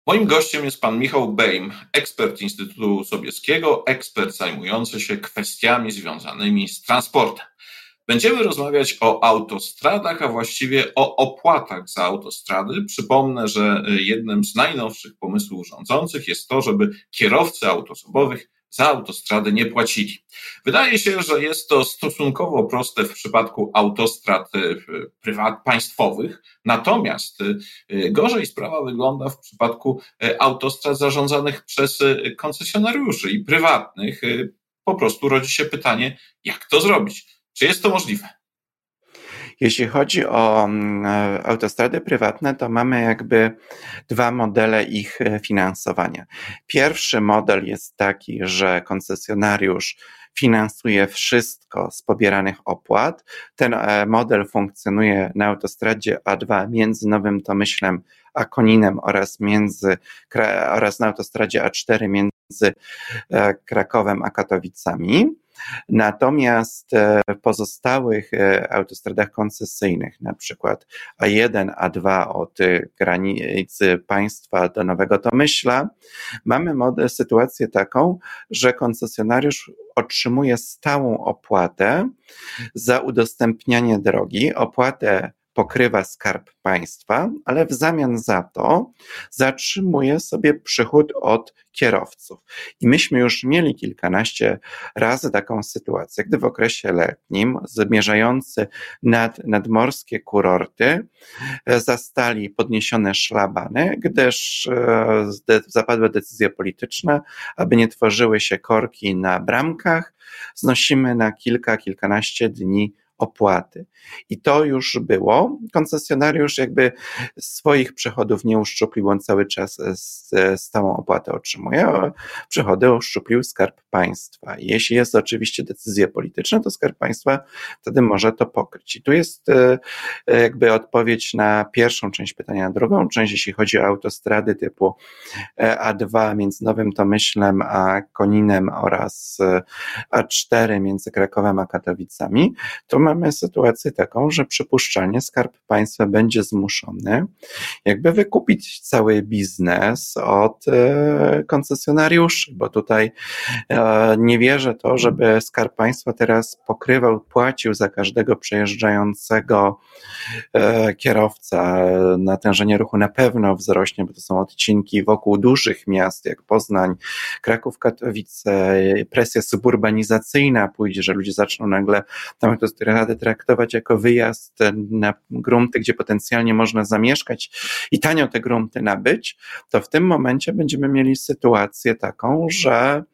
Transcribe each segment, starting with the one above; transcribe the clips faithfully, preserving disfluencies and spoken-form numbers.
Moim gościem jest pan Michał Bejm, ekspert Instytutu Sobieskiego, ekspert zajmujący się kwestiami związanymi z transportem. Będziemy rozmawiać o autostradach, a właściwie o opłatach za autostrady. Przypomnę, że jednym z najnowszych pomysłów rządzących jest to, żeby kierowcy autosobowych za autostrady nie płacili. Wydaje się, że jest to stosunkowo proste w przypadku autostrad prywat państwowych, natomiast gorzej sprawa wygląda w przypadku autostrad zarządzanych przez koncesjonariuszy i prywatnych. Po prostu rodzi się pytanie, jak to zrobić? Czy jest to możliwe? Jeśli chodzi o autostrady prywatne, to mamy jakby dwa modele ich finansowania. Pierwszy model jest taki, że koncesjonariusz finansuje wszystko z pobieranych opłat. Ten model funkcjonuje na autostradzie A dwa między Nowym Tomyślem a Koninem oraz, między, oraz na autostradzie A cztery między Krakowem a Katowicami. Natomiast w pozostałych autostradach koncesyjnych, na przykład A jeden, A dwa od granicy państwa do Nowego Tomyśla, mamy model, sytuację taką, że koncesjonariusz otrzymuje stałą opłatę za udostępnianie drogi. Opłatę pokrywa Skarb Państwa, ale w zamian za to zatrzymuje sobie przychód od kierowców. I myśmy już mieli kilkanaście razy taką sytuację, gdy w okresie letnim zmierzający nad nadmorskie kurorty zastali podniesione szlabany, gdyż zapadła decyzja polityczna, aby nie tworzyły się korki na bramkach, znosimy na kilka, kilkanaście dni opłaty. I to już było. Koncesjonariusz jakby swoich przychodów nie uszczuplił, on cały czas stałą opłatę otrzymuje, a przychody uszczuplił Skarb Państwa. I jeśli jest oczywiście decyzja polityczna, to Skarb Państwa wtedy może to pokryć. I tu jest jakby odpowiedź na pierwszą część pytania. Na drugą część, jeśli chodzi o autostrady typu A dwa między Nowym Tomyślem a Koninem oraz A cztery między Krakowem a Katowicami, to mamy sytuację taką, że przypuszczalnie Skarb Państwa będzie zmuszony jakby wykupić cały biznes od koncesjonariuszy, bo tutaj nie wierzę to, żeby Skarb Państwa teraz pokrywał, płacił za każdego przejeżdżającego kierowca. Natężenie ruchu na pewno wzrośnie, bo to są odcinki wokół dużych miast jak Poznań, Kraków, Katowice, presja suburbanizacyjna pójdzie, że ludzie zaczną nagle tam autostradę traktować jako wyjazd na grunty, gdzie potencjalnie można zamieszkać i tanio te grunty nabyć, to w tym momencie będziemy mieli sytuację taką, że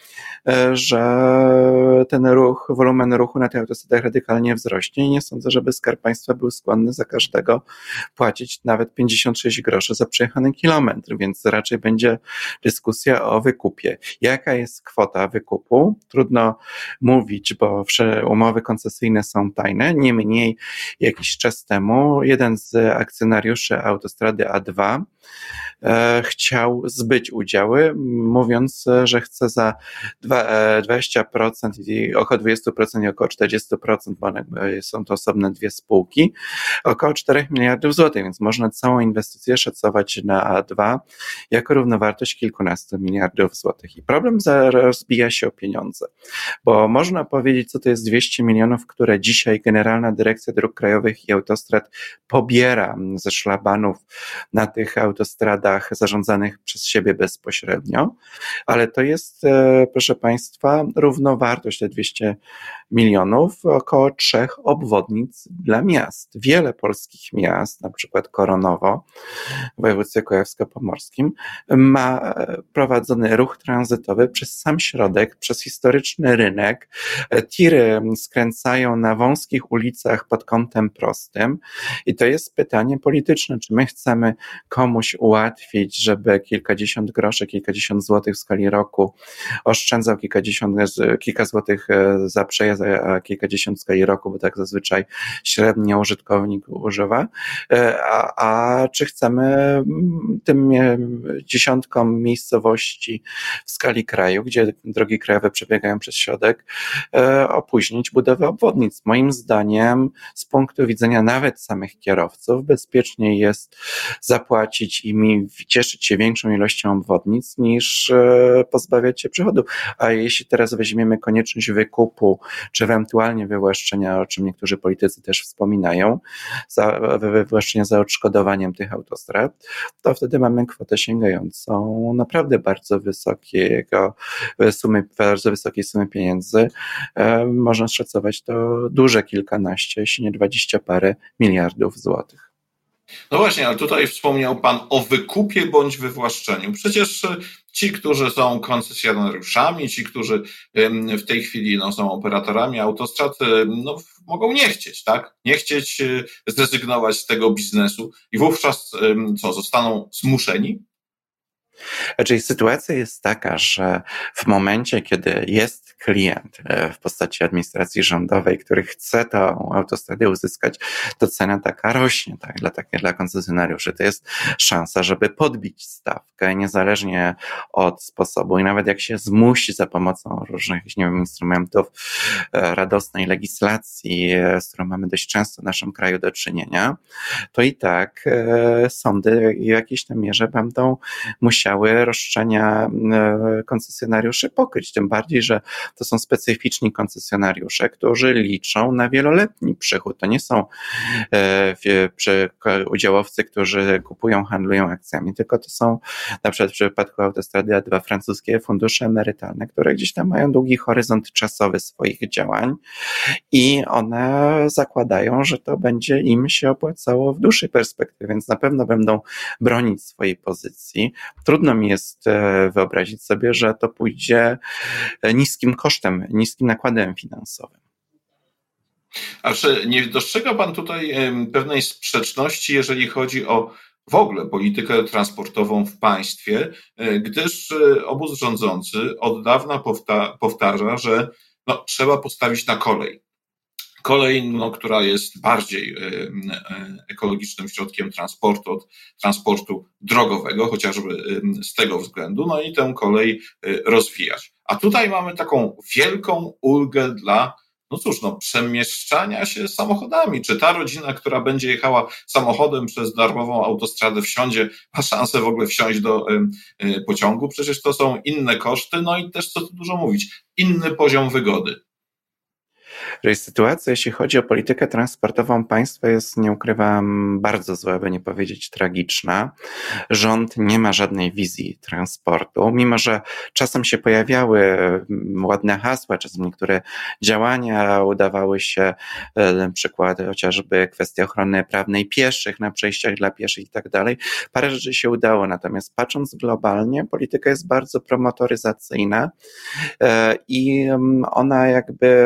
że ten ruch, wolumen ruchu na tych autostradach radykalnie wzrośnie i nie sądzę, żeby Skarb Państwa był skłonny za każdego płacić nawet pięćdziesiąt sześć groszy za przejechany kilometr, więc raczej będzie dyskusja o wykupie. Jaka jest kwota wykupu? Trudno mówić, bo umowy koncesyjne są tajne. Niemniej jakiś czas temu jeden z akcjonariuszy autostrady A dwa e, chciał zbyć udziały, mówiąc, że chce za dwadzieścia procent i około dwadzieścia procent i około czterdzieści procent, bo są to osobne dwie spółki, około cztery miliardów złotych, więc można całą inwestycję szacować na A dwa jako równowartość kilkunastu miliardów złotych. I problem rozbija się o pieniądze, bo można powiedzieć, co to jest dwieście milionów, które dzisiaj Generalna Dyrekcja Dróg Krajowych i Autostrad pobiera ze szlabanów na tych autostradach zarządzanych przez siebie bezpośrednio, ale to jest, proszę Państwa, równowartość te dwieście milionów, około trzech obwodnic dla miast. Wiele polskich miast, na przykład Koronowo w województwie kujawsko-pomorskim, ma prowadzony ruch tranzytowy przez sam środek, przez historyczny rynek. Tiry skręcają na wąskich ulicach pod kątem prostym i to jest pytanie polityczne, czy my chcemy komuś ułatwić, żeby kilkadziesiąt groszy, kilkadziesiąt złotych w skali roku oszczędzał kilkadziesiąt, kilka złotych za przejazd, a kilkadziesiąt w skali roku, bo tak zazwyczaj średnio użytkownik używa, a, a czy chcemy tym dziesiątkom miejscowości w skali kraju, gdzie drogi krajowe przebiegają przez środek, opóźnić budowę obwodnic. Moim zdaniem z punktu widzenia nawet samych kierowców bezpieczniej jest zapłacić płacić i cieszyć się większą ilością obwodnic niż pozbawiać się przychodu. A jeśli teraz weźmiemy konieczność wykupu, czy ewentualnie wywłaszczenia, o czym niektórzy politycy też wspominają, za, wywłaszczenia za odszkodowaniem tych autostrad, to wtedy mamy kwotę sięgającą naprawdę bardzo wysokiego sumy, bardzo wysokiej sumy pieniędzy. Można szacować to duże kilkanaście, jeśli nie dwadzieścia parę miliardów złotych. No właśnie, ale tutaj wspomniał Pan o wykupie bądź wywłaszczeniu. Przecież ci, którzy są koncesjonariuszami, ci, którzy w tej chwili no, są operatorami autostrad, no, mogą nie chcieć, tak? Nie chcieć zrezygnować z tego biznesu i wówczas co, zostaną zmuszeni? Czyli sytuacja jest taka, że w momencie, kiedy jest klient w postaci administracji rządowej, który chce tą autostradę uzyskać, to cena taka rośnie, tak, dla, takie, dla koncesjonariuszy. To jest szansa, żeby podbić stawkę, niezależnie od sposobu. I nawet jak się zmusi za pomocą różnych, nie wiem, instrumentów radosnej legislacji, z którą mamy dość często w naszym kraju do czynienia, to i tak sądy w jakiejś tam mierze będą musiały roszczenia koncesjonariuszy pokryć. Tym bardziej, że to są specyficzni koncesjonariusze, którzy liczą na wieloletni przychód. To nie są udziałowcy, którzy kupują, handlują akcjami, tylko to są na przykład w przypadku autostrady A dwa francuskie fundusze emerytalne, które gdzieś tam mają długi horyzont czasowy swoich działań i one zakładają, że to będzie im się opłacało w dłuższej perspektywie, więc na pewno będą bronić swojej pozycji. Trudno mi jest wyobrazić sobie, że to pójdzie niskim kosztem, niskim nakładem finansowym. A czy nie dostrzega Pan tutaj pewnej sprzeczności, jeżeli chodzi o w ogóle politykę transportową w państwie, gdyż obóz rządzący od dawna powta- powtarza, że no, trzeba postawić na kolej. Kolej, no, która jest bardziej ekologicznym środkiem transportu od transportu drogowego, chociażby z tego względu, no i tę kolej rozwijać. A tutaj mamy taką wielką ulgę dla, no cóż, no, przemieszczania się samochodami. Czy ta rodzina, która będzie jechała samochodem przez darmową autostradę, wsiądzie, ma szansę w ogóle wsiąść do pociągu? Przecież to są inne koszty, no i też, co tu dużo mówić, inny poziom wygody. Że sytuacja, jeśli chodzi o politykę transportową państwa, jest, nie ukrywam, bardzo zła, by nie powiedzieć tragiczna. Rząd nie ma żadnej wizji transportu, mimo że czasem się pojawiały ładne hasła, czasem niektóre działania udawały się, na przykład chociażby kwestia ochrony prawnej pieszych na przejściach dla pieszych i tak dalej. Parę rzeczy się udało, natomiast patrząc globalnie, polityka jest bardzo promotoryzacyjna i ona jakby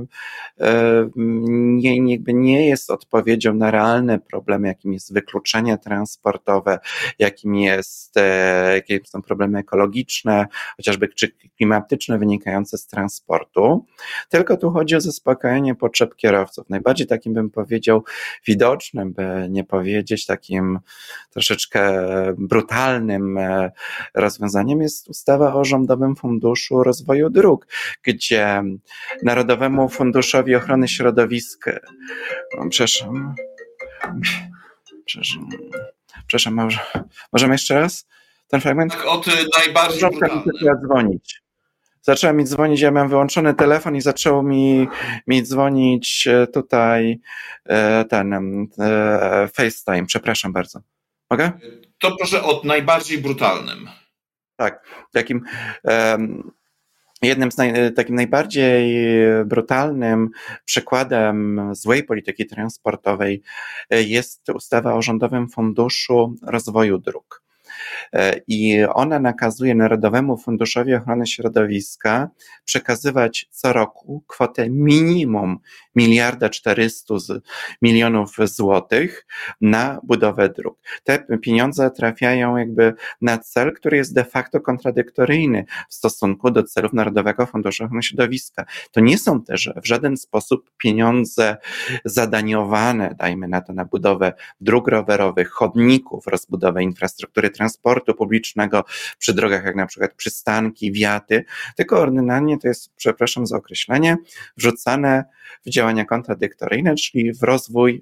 Nie, jakby nie jest odpowiedzią na realne problemy, jakim jest wykluczenie transportowe, jakim jest, jakie są problemy ekologiczne, chociażby czy klimatyczne wynikające z transportu, tylko tu chodzi o zaspokojenie potrzeb kierowców. Najbardziej takim, bym powiedział, widocznym, by nie powiedzieć takim troszeczkę brutalnym rozwiązaniem jest ustawa o Rządowym Funduszu Rozwoju Dróg, gdzie Narodowemu Funduszowi Ochrony Środowiska, przepraszam, przepraszam, przepraszam, może, możemy jeszcze raz ten fragment? Tak, od najbardziej brutalnym. Zaczęła dzwonić. Zaczęła mi dzwonić, ja miałem wyłączony telefon i zaczęło mi, mi dzwonić tutaj ten FaceTime, przepraszam bardzo. Mogę? To proszę od najbardziej brutalnym. Tak, takim um, jednym z naj, takim najbardziej brutalnym przykładem złej polityki transportowej jest ustawa o Rządowym Funduszu Rozwoju Dróg. I ona nakazuje Narodowemu Funduszowi Ochrony Środowiska przekazywać co roku kwotę minimum miliarda czterysta milionów złotych na budowę dróg. Te pieniądze trafiają jakby na cel, który jest de facto kontradyktoryjny w stosunku do celów Narodowego Funduszu Ochrony Środowiska. To nie są też w żaden sposób pieniądze zadaniowane, dajmy na to, na budowę dróg rowerowych, chodników, rozbudowę infrastruktury transportu publicznego przy drogach jak na przykład przystanki, wiaty, tylko ordynarnie to jest, przepraszam za określenie, wrzucane w działania kontradyktoryjne, czyli w rozwój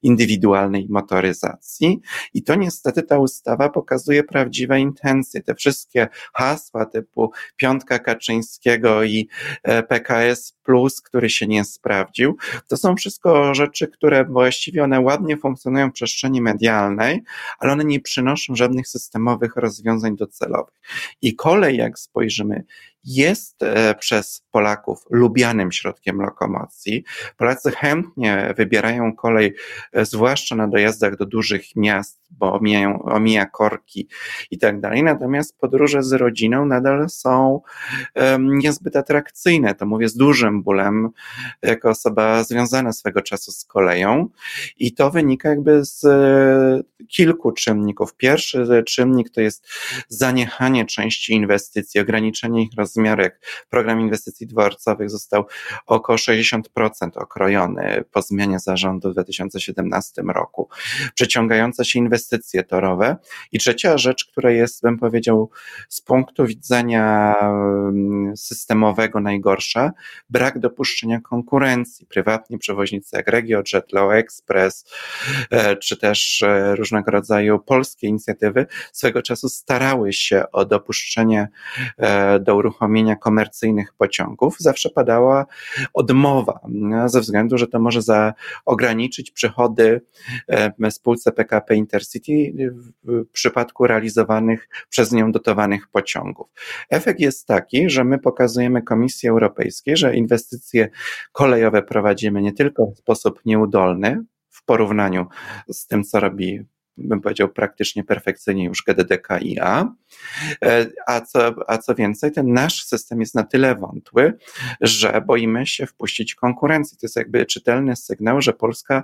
indywidualnej motoryzacji. I to niestety ta ustawa pokazuje prawdziwe intencje. Te wszystkie hasła typu piątka Kaczyńskiego i P K S plus, który się nie sprawdził, to są wszystko rzeczy, które właściwie one ładnie funkcjonują w przestrzeni medialnej, ale one nie przynoszą żadnych systemowych rozwiązań docelowych. I kolej, jak spojrzymy, jest przez Polaków lubianym środkiem lokomocji. Polacy chętnie wybierają kolej, zwłaszcza na dojazdach do dużych miast, bo omijają, omija korki i tak dalej. Natomiast podróże z rodziną nadal są um, niezbyt atrakcyjne. To mówię z dużym bólem, jako osoba związana swego czasu z koleją. I to wynika jakby z kilku czynników. Pierwszy czynnik to jest zaniechanie części inwestycji, ograniczenie ich rozmiaru. Jak program inwestycji dworcowych został około sześćdziesiąt procent okrojony po zmianie zarządu w dwa tysiące siedemnastym roku. Przeciągające się inwestycje torowe. I trzecia rzecz, która jest, bym powiedział, z punktu widzenia systemowego najgorsza, brak dopuszczenia konkurencji. Prywatni przewoźnicy jak RegioJet, Leo Express, czy też różnego rodzaju polskie inicjatywy swego czasu starały się o dopuszczenie do uruchomienia komercyjnych pociągów. Zawsze padała odmowa ze względu, że to może za, ograniczyć przychody spółce P K P Intercity w przypadku realizowanych przez nią dotowanych pociągów. Efekt jest taki, że my pokazujemy Komisji Europejskiej, że inwestycje kolejowe prowadzimy nie tylko w sposób nieudolny w porównaniu z tym, co robi, bym powiedział, praktycznie perfekcyjnie już G D D K i A, a co, a co więcej, ten nasz system jest na tyle wątły, że boimy się wpuścić konkurencji. To jest jakby czytelny sygnał, że Polska,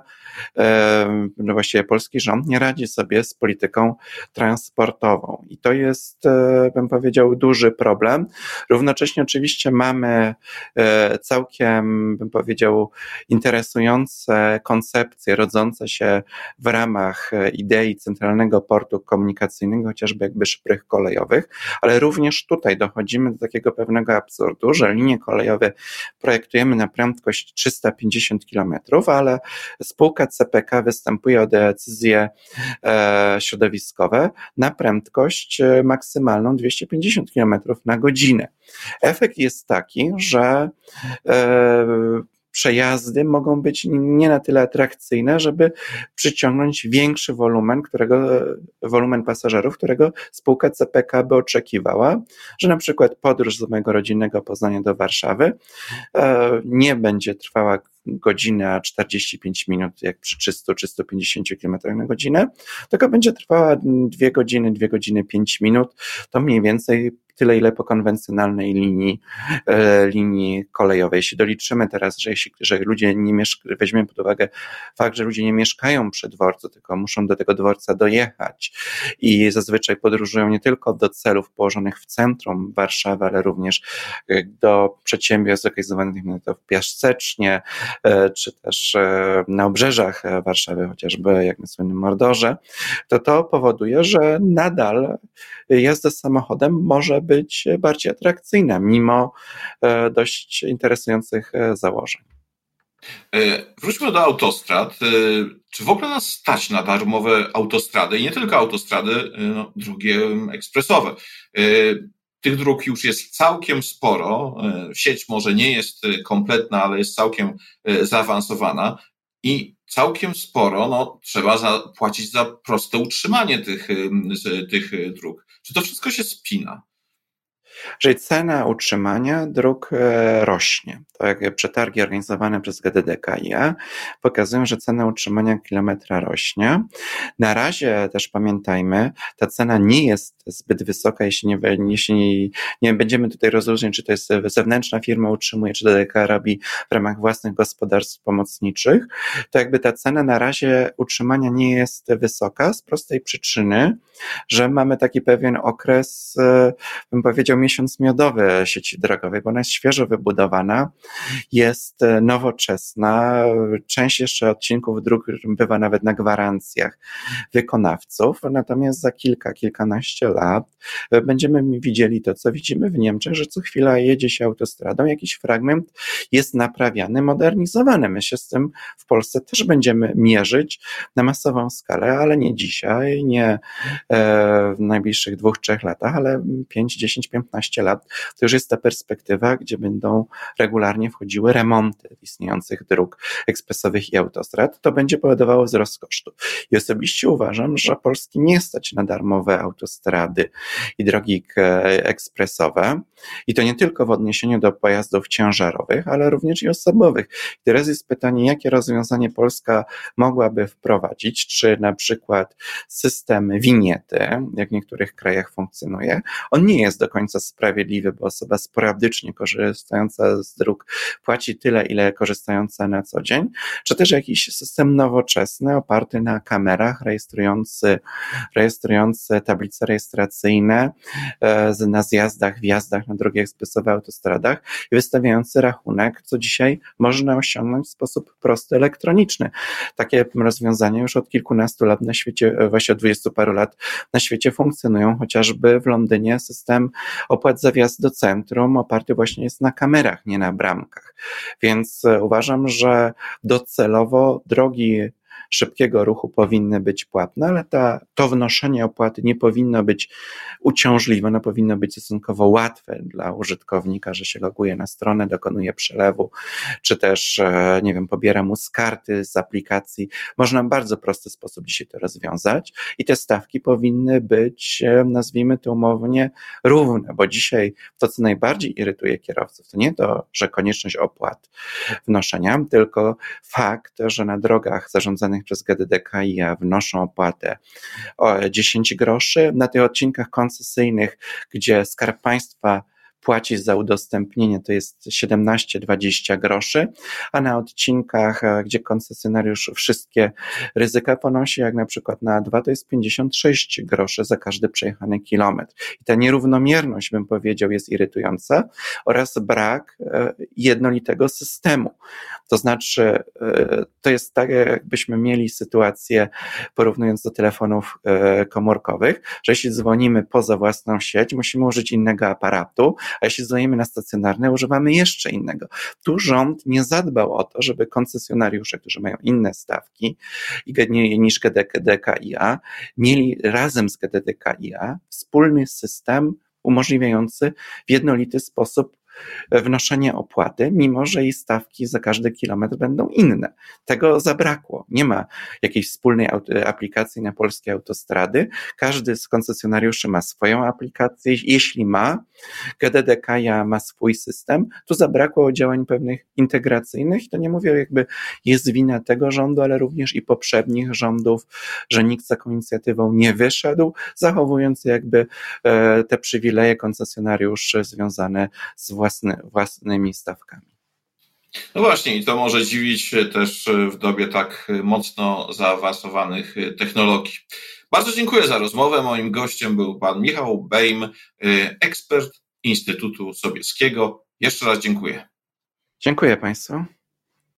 no właściwie polski rząd nie radzi sobie z polityką transportową i to jest, bym powiedział, duży problem. Równocześnie oczywiście mamy całkiem, bym powiedział, interesujące koncepcje rodzące się w ramach idei Centralnego Portu Komunikacyjnego, chociażby jakby szybrych kolejowych, ale również tutaj dochodzimy do takiego pewnego absurdu, że linie kolejowe projektujemy na prędkość trzysta pięćdziesiąt kilometrów, ale spółka C P K występuje o decyzje e, środowiskowe na prędkość maksymalną dwieście pięćdziesiąt kilometrów na godzinę. Efekt jest taki, że e, przejazdy mogą być nie na tyle atrakcyjne, żeby przyciągnąć większy wolumen, którego, wolumen pasażerów, którego spółka C P K by oczekiwała, że na przykład podróż z mojego rodzinnego Poznania do Warszawy e, nie będzie trwała godzinę a czterdzieści pięć minut, jak przy trzystu do trzystu pięćdziesięciu kilometrów na godzinę, tylko będzie trwała dwie godziny, dwie godziny pięć minut, to mniej więcej tyle, ile po konwencjonalnej linii, e, linii kolejowej. Jeśli doliczymy teraz, że, jeśli, że ludzie nie mieszkają, weźmiemy pod uwagę fakt, że ludzie nie mieszkają przy dworcu, tylko muszą do tego dworca dojechać i zazwyczaj podróżują nie tylko do celów położonych w centrum Warszawy, ale również do przedsiębiorstw zlokalizowanych w Piasecznie, e, czy też e, na obrzeżach Warszawy, chociażby jak na słynnym Mordorze, to to powoduje, że nadal jazda samochodem może być bardziej atrakcyjna, mimo dość interesujących założeń. Wróćmy do autostrad. Czy w ogóle nas stać na darmowe autostrady i nie tylko autostrady, no, drogi ekspresowe? Tych dróg już jest całkiem sporo. Sieć może nie jest kompletna, ale jest całkiem zaawansowana i całkiem sporo no, trzeba zapłacić za proste utrzymanie tych, tych dróg. Czy to wszystko się spina? Że cena utrzymania dróg rośnie. To jak przetargi organizowane przez G D D K i A pokazują, że cena utrzymania kilometra rośnie. Na razie też pamiętajmy, ta cena nie jest zbyt wysoka, jeśli nie, jeśli nie będziemy tutaj rozróżniać, czy to jest zewnętrzna firma utrzymuje, czy G D D K robi w ramach własnych gospodarstw pomocniczych, to jakby ta cena na razie utrzymania nie jest wysoka z prostej przyczyny, że mamy taki pewien okres, bym powiedział, miesiąc miodowy sieci drogowej, bo ona jest świeżo wybudowana, jest nowoczesna, część jeszcze odcinków dróg bywa nawet na gwarancjach wykonawców, natomiast za kilka, kilkanaście lat będziemy widzieli to, co widzimy w Niemczech, że co chwila jedzie się autostradą, jakiś fragment jest naprawiany, modernizowany. My się z tym w Polsce też będziemy mierzyć na masową skalę, ale nie dzisiaj, nie w najbliższych dwóch, trzech latach, ale pięć, dziesięć, piętnaście lat. To już jest ta perspektywa, gdzie będą regularnie wchodziły remonty istniejących dróg ekspresowych i autostrad. To będzie powodowało wzrost kosztów. I osobiście uważam, że Polski nie stać na darmowe autostrady i drogi ekspresowe. I to nie tylko w odniesieniu do pojazdów ciężarowych, ale również i osobowych. I teraz jest pytanie, jakie rozwiązanie Polska mogłaby wprowadzić, czy na przykład system winiety, jak w niektórych krajach funkcjonuje, on nie jest do końca sprawiedliwy, bo osoba sporadycznie korzystająca z dróg płaci tyle, ile korzystająca na co dzień, czy też jakiś system nowoczesny oparty na kamerach rejestrujący, rejestrujący tablice rejestracyjne na zjazdach, wjazdach na drogi ekspresowe, autostradach i wystawiający rachunek, co dzisiaj można osiągnąć w sposób prosty, elektroniczny. Takie rozwiązania już od kilkunastu lat na świecie, właśnie od dwudziestu paru lat na świecie funkcjonują, chociażby w Londynie system opłat za wjazd do centrum oparty właśnie jest na kamerach, nie na bramkach. Więc uważam, że docelowo drogi szybkiego ruchu powinny być płatne, ale ta, to wnoszenie opłaty nie powinno być uciążliwe, ono powinno być stosunkowo łatwe dla użytkownika, że się loguje na stronę, dokonuje przelewu, czy też, nie wiem, pobiera mu z karty, z aplikacji. Można w bardzo prosty sposób dzisiaj to rozwiązać i te stawki powinny być, nazwijmy to umownie, równe, bo dzisiaj to, co najbardziej irytuje kierowców, to nie to, że konieczność opłat wnoszenia, tylko fakt, że na drogach zarządzanych przez G D D K i A wnoszą opłatę o dziesięć groszy. Na tych odcinkach koncesyjnych, gdzie Skarb Państwa płaci za udostępnienie, to jest siedemnaście dwadzieścia groszy, a na odcinkach, gdzie koncesjonariusz wszystkie ryzyka ponosi, jak na przykład na A dwa, to jest pięćdziesiąt sześć groszy za każdy przejechany kilometr. I ta nierównomierność, bym powiedział, jest irytująca oraz brak jednolitego systemu. To znaczy, to jest tak, jakbyśmy mieli sytuację, porównując do telefonów komórkowych, że jeśli dzwonimy poza własną sieć, musimy użyć innego aparatu, a jeśli dzwonimy na stacjonarne, używamy jeszcze innego. Tu rząd nie zadbał o to, żeby koncesjonariusze, którzy mają inne stawki niż G D D K i A, mieli razem z G D D K i A wspólny system umożliwiający w jednolity sposób wnoszenie opłaty, mimo że jej stawki za każdy kilometr będą inne. Tego zabrakło. Nie ma jakiejś wspólnej aplikacji na polskie autostrady. Każdy z koncesjonariuszy ma swoją aplikację. Jeśli ma, G D D K i A ma swój system, tu zabrakło działań pewnych integracyjnych i to nie mówię, jakby jest wina tego rządu, ale również i poprzednich rządów, że nikt z taką inicjatywą nie wyszedł, zachowując jakby te przywileje koncesjonariuszy związane z własnymi własnymi stawkami. No właśnie, i to może dziwić też w dobie tak mocno zaawansowanych technologii. Bardzo dziękuję za rozmowę. Moim gościem był pan Michał Bejm, ekspert Instytutu Sobieskiego. Jeszcze raz dziękuję. Dziękuję państwu.